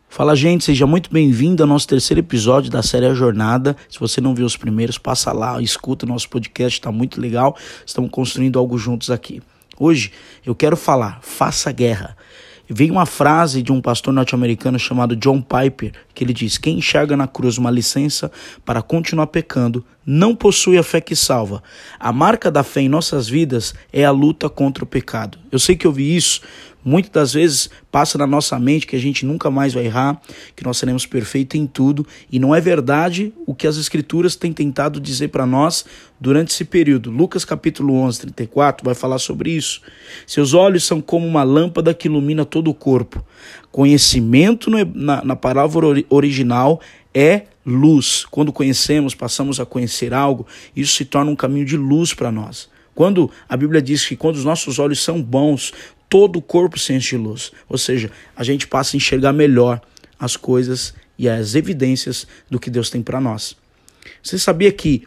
Fala, gente, seja muito bem-vindo ao nosso terceiro episódio da série A Jornada. Se você não viu os primeiros, passa lá, escuta o nosso podcast, está muito legal. Estamos construindo algo juntos aqui. Hoje eu quero falar, faça guerra. Veio uma frase de um pastor norte-americano chamado John Piper, que ele diz: quem enxerga na cruz uma licença para continuar pecando, não possui a fé que salva. A marca da fé em nossas vidas é a luta contra o pecado. Eu sei que eu vi isso. Muitas das vezes passa na nossa mente que a gente nunca mais vai errar, que nós seremos perfeitos em tudo, e não é verdade o que as escrituras têm tentado dizer para nós durante esse período. Lucas capítulo 11, 34 vai falar sobre isso. Seus olhos são como uma lâmpada que ilumina todo o corpo. Conhecimento na palavra original é luz. Quando conhecemos, passamos a conhecer algo, isso se torna um caminho de luz para nós. Quando a Bíblia diz que quando os nossos olhos são bons, todo o corpo se enche de luz, ou seja, a gente passa a enxergar melhor as coisas e as evidências do que Deus tem para nós. Você sabia que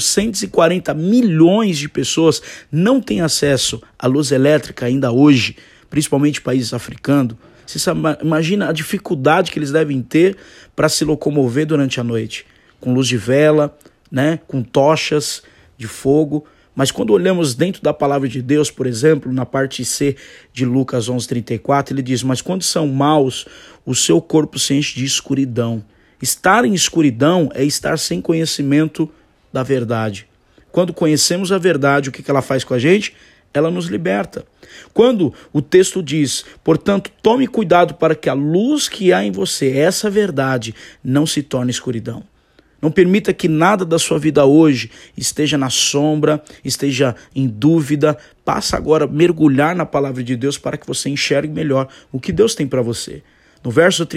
840 milhões de pessoas não têm acesso à luz elétrica ainda hoje, principalmente países africanos? Você imagina a dificuldade que eles devem ter para se locomover durante a noite, com luz de vela, com tochas de fogo. Mas quando olhamos dentro da palavra de Deus, por exemplo, na parte C de Lucas 11:34, ele diz: mas quando são maus, o seu corpo se enche de escuridão. Estar em escuridão é estar sem conhecimento da verdade. Quando conhecemos a verdade, o que ela faz com a gente? Ela nos liberta. Quando o texto diz: portanto, tome cuidado para que a luz que há em você, essa verdade, não se torne escuridão. Não permita que nada da sua vida hoje esteja na sombra, esteja em dúvida. Passa agora a mergulhar na palavra de Deus para que você enxergue melhor o que Deus tem para você. No verso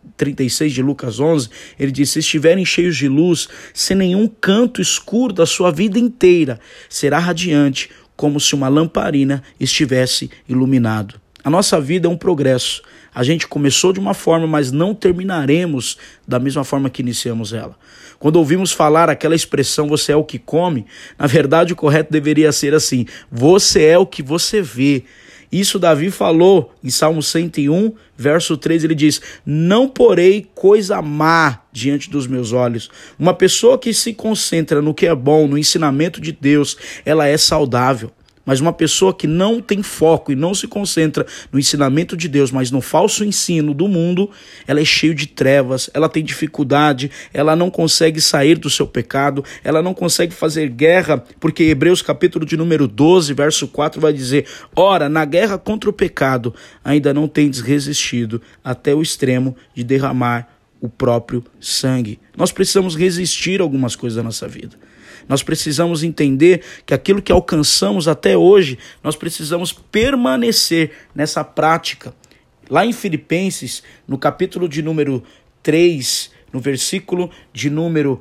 36 de Lucas 11, ele diz: se estiverem cheios de luz, sem nenhum canto escuro da sua vida inteira, será radiante, como se uma lamparina estivesse iluminado. A nossa vida é um progresso. A gente começou de uma forma, mas não terminaremos da mesma forma que iniciamos ela. Quando ouvimos falar aquela expressão, você é o que come, na verdade o correto deveria ser assim: você é o que você vê. Isso Davi falou em Salmo 101, verso 3, ele diz: não porei coisa má diante dos meus olhos. Uma pessoa que se concentra no que é bom, no ensinamento de Deus, ela é saudável. Mas uma pessoa que não tem foco e não se concentra no ensinamento de Deus, mas no falso ensino do mundo, ela é cheia de trevas, ela tem dificuldade, ela não consegue sair do seu pecado, ela não consegue fazer guerra, porque Hebreus capítulo de número 12, verso 4 vai dizer: ora, na guerra contra o pecado, ainda não tendes resistido até o extremo de derramar o próprio sangue. Nós precisamos resistir a algumas coisas da nossa vida. Nós precisamos entender que aquilo que alcançamos até hoje, nós precisamos permanecer nessa prática. Lá em Filipenses, no capítulo de número 3, no versículo de número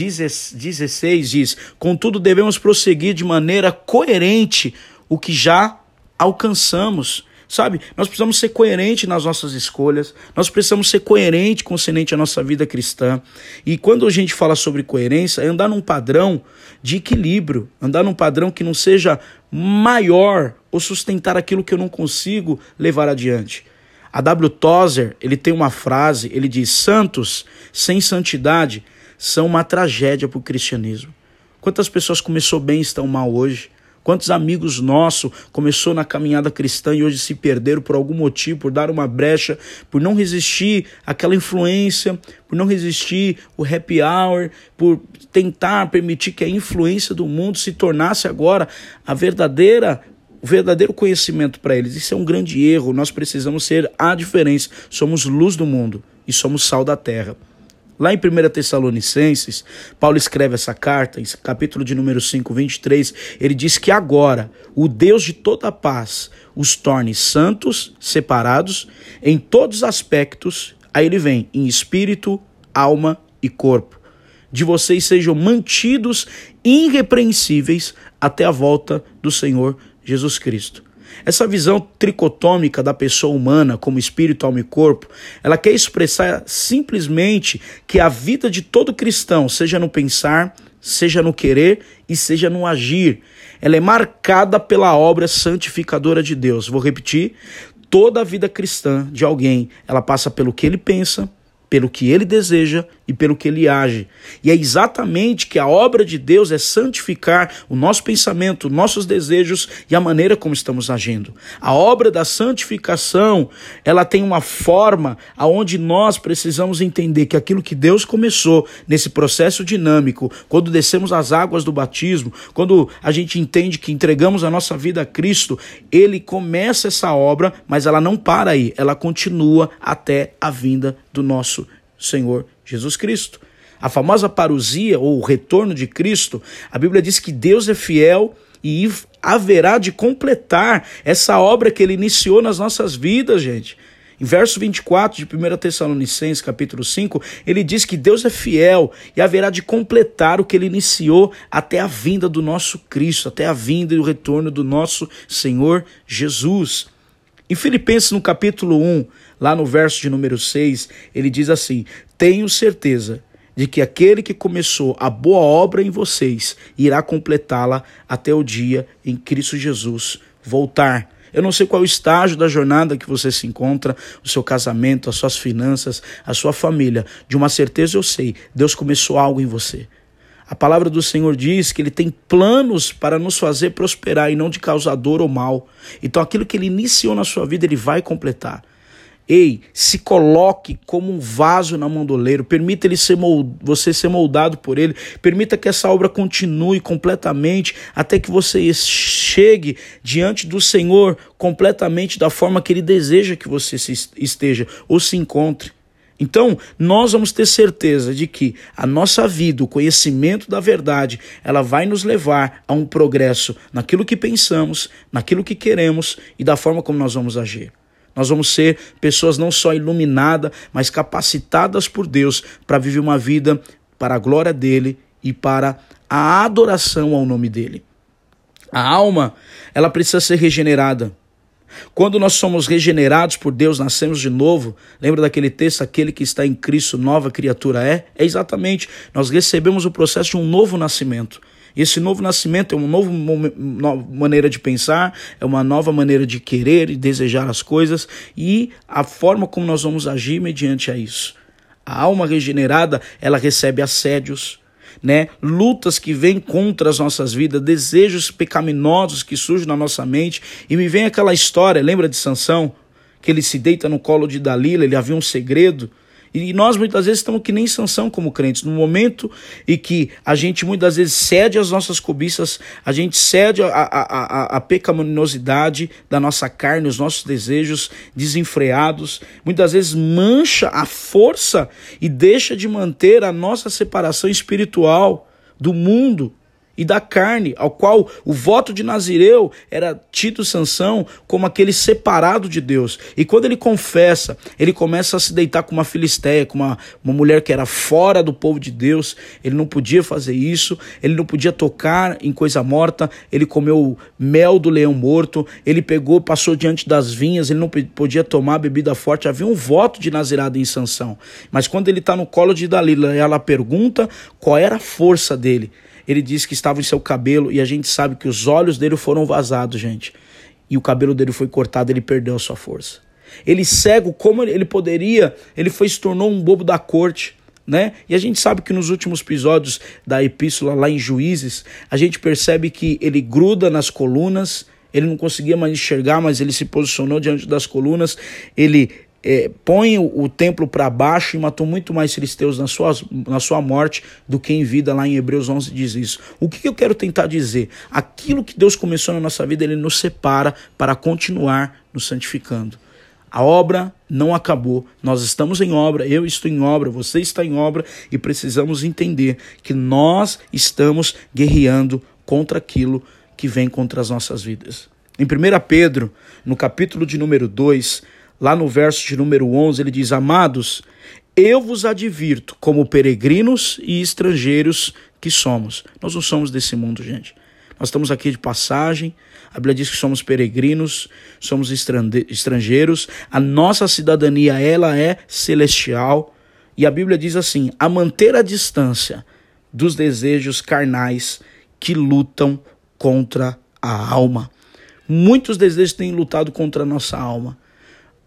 16, diz: contudo devemos prosseguir de maneira coerente o que já alcançamos. Sabe, nós precisamos ser coerentes nas nossas escolhas, nós precisamos ser coerentes concernente à nossa vida cristã. E quando a gente fala sobre coerência, é andar num padrão de equilíbrio, andar num padrão que não seja maior ou sustentar aquilo que eu não consigo levar adiante. A W. Tozer, ele tem uma frase, ele diz: santos sem santidade são uma tragédia para o cristianismo. Quantas pessoas começou bem e estão mal hoje? Quantos amigos nossos começou na caminhada cristã e hoje se perderam por algum motivo, por dar uma brecha, por não resistir àquela influência, por não resistir o happy hour, por tentar permitir que a influência do mundo se tornasse agora o verdadeiro conhecimento para eles. Isso é um grande erro. Nós precisamos ser a diferença. Somos luz do mundo e somos sal da terra. Lá em 1 Tessalonicenses, Paulo escreve essa carta, em capítulo de número 5, 23, ele diz que agora o Deus de toda a paz os torne santos, separados, em todos os aspectos, aí ele vem, em espírito, alma e corpo. De vocês sejam mantidos irrepreensíveis até a volta do Senhor Jesus Cristo. Essa visão tricotômica da pessoa humana como espírito, alma e corpo, ela quer expressar simplesmente que a vida de todo cristão, seja no pensar, seja no querer e seja no agir, ela é marcada pela obra santificadora de Deus. Vou repetir. Toda a vida cristã de alguém, ela passa pelo que ele pensa, pelo que ele deseja e pelo que ele age. E é exatamente que a obra de Deus é santificar o nosso pensamento, nossos desejos e a maneira como estamos agindo. A obra da santificação, ela tem uma forma aonde nós precisamos entender que aquilo que Deus começou nesse processo dinâmico, quando descemos as águas do batismo, quando a gente entende que entregamos a nossa vida a Cristo, ele começa essa obra, mas ela não para aí, ela continua até a vinda do nosso Senhor Jesus Cristo. A famosa parousia, ou o retorno de Cristo, a Bíblia diz que Deus é fiel e haverá de completar essa obra que ele iniciou nas nossas vidas, gente. Em verso 24 de 1 Tessalonicenses, capítulo 5, ele diz que Deus é fiel e haverá de completar o que ele iniciou até a vinda do nosso Cristo, até a vinda e o retorno do nosso Senhor Jesus. Em Filipenses, no capítulo 1, lá no verso de número 6, ele diz assim: tenho certeza de que aquele que começou a boa obra em vocês irá completá-la até o dia em Cristo Jesus voltar. Eu não sei qual é o estágio da jornada que você se encontra, o seu casamento, as suas finanças, a sua família. De uma certeza eu sei, Deus começou algo em você. A palavra do Senhor diz que ele tem planos para nos fazer prosperar e não de causar dor ou mal. Então aquilo que ele iniciou na sua vida, ele vai completar. Ei, se coloque como um vaso na mão do oleiro, permita você ser moldado por ele, permita que essa obra continue completamente até que você chegue diante do Senhor completamente da forma que ele deseja que você esteja ou se encontre. Então, nós vamos ter certeza de que a nossa vida, o conhecimento da verdade, ela vai nos levar a um progresso naquilo que pensamos, naquilo que queremos e da forma como nós vamos agir. Nós vamos ser pessoas não só iluminadas, mas capacitadas por Deus para viver uma vida para a glória dele e para a adoração ao nome dele. A alma, ela precisa ser regenerada. Quando nós somos regenerados por Deus, nascemos de novo, lembra daquele texto, aquele que está em Cristo, nova criatura é? É exatamente, nós recebemos o processo de um novo nascimento. E esse novo nascimento é uma nova maneira de pensar, é uma nova maneira de querer e desejar as coisas e a forma como nós vamos agir mediante a isso. A alma regenerada, ela recebe assédios, lutas que vêm contra as nossas vidas, desejos pecaminosos que surgem na nossa mente. E me vem aquela história, lembra de Sansão? Que ele se deita no colo de Dalila, ele havia um segredo. E nós muitas vezes estamos que nem Sansão como crentes. No momento em que a gente muitas vezes cede às nossas cobiças, a gente cede a pecaminosidade da nossa carne, os nossos desejos desenfreados, muitas vezes mancha a força e deixa de manter a nossa separação espiritual do mundo e da carne, ao qual o voto de Nazireu era tido Sansão como aquele separado de Deus. E quando ele confessa, ele começa a se deitar com uma filisteia, com uma mulher que era fora do povo de Deus. Ele não podia fazer isso, ele não podia tocar em coisa morta, ele comeu mel do leão morto, ele passou diante das vinhas, ele não podia tomar bebida forte. Havia um voto de nazirado em Sansão. Mas quando ele está no colo de Dalila, ela pergunta qual era a força dele. Ele diz que estava em seu cabelo e a gente sabe que os olhos dele foram vazados, gente. E o cabelo dele foi cortado, ele perdeu a sua força. Ele cego, como ele poderia, se tornou um bobo da corte, E a gente sabe que nos últimos episódios da epístola lá em Juízes, a gente percebe que ele gruda nas colunas, ele não conseguia mais enxergar, mas ele se posicionou diante das colunas, ele põe o templo para baixo e matou muito mais filisteus na sua morte do que em vida. Lá em Hebreus 11 diz isso. O que eu quero tentar dizer? Aquilo que Deus começou na nossa vida, ele nos separa para continuar nos santificando. A obra não acabou, nós estamos em obra, eu estou em obra, você está em obra e precisamos entender que nós estamos guerreando contra aquilo que vem contra as nossas vidas. Em 1 Pedro, no capítulo de número 2, lá no verso de número 11, ele diz: amados, eu vos advirto como peregrinos e estrangeiros que somos. Nós não somos desse mundo, gente. Nós estamos aqui de passagem. A Bíblia diz que somos peregrinos, somos estrangeiros. A nossa cidadania, ela é celestial. E a Bíblia diz assim: a manter a distância dos desejos carnais que lutam contra a alma. Muitos desejos têm lutado contra a nossa alma.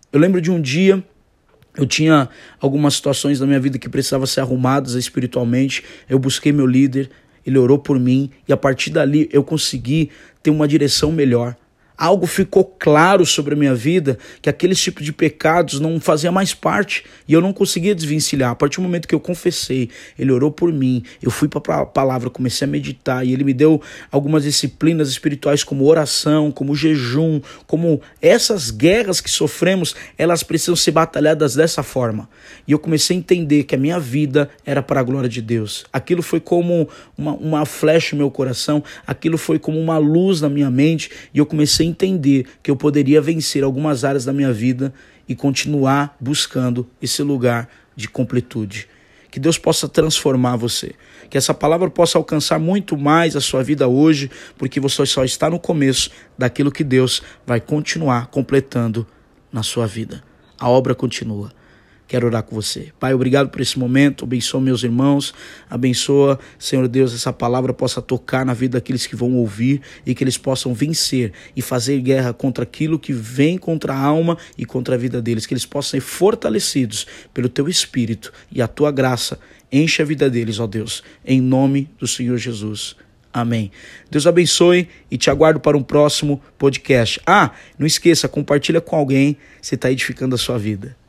Eu lembro de um dia, eu tinha algumas situações na minha vida que precisavam ser arrumadas espiritualmente. Eu busquei meu líder, ele orou por mim e a partir dali eu consegui ter uma direção melhor. Algo ficou claro sobre a minha vida, que aqueles tipos de pecados não fazia mais parte e eu não conseguia desvencilhar. A partir do momento que eu confessei, ele orou por mim, eu fui para a palavra, comecei a meditar e ele me deu algumas disciplinas espirituais como oração, como jejum, como essas guerras que sofremos, elas precisam ser batalhadas dessa forma. E eu comecei a entender que a minha vida era para a glória de Deus. Aquilo foi como uma flecha no meu coração, aquilo foi como uma luz na minha mente e eu comecei a entender que eu poderia vencer algumas áreas da minha vida e continuar buscando esse lugar de completude. Que Deus possa transformar você, que essa palavra possa alcançar muito mais a sua vida hoje, porque você só está no começo daquilo que Deus vai continuar completando na sua vida. A obra continua. Quero orar com você. Pai, obrigado por esse momento, abençoa meus irmãos, abençoa, Senhor Deus, essa palavra possa tocar na vida daqueles que vão ouvir e que eles possam vencer e fazer guerra contra aquilo que vem contra a alma e contra a vida deles, que eles possam ser fortalecidos pelo Teu Espírito e a Tua graça enche a vida deles, ó Deus, em nome do Senhor Jesus. Amém. Deus abençoe e te aguardo para um próximo podcast. Não esqueça, compartilha com alguém, você está edificando a sua vida.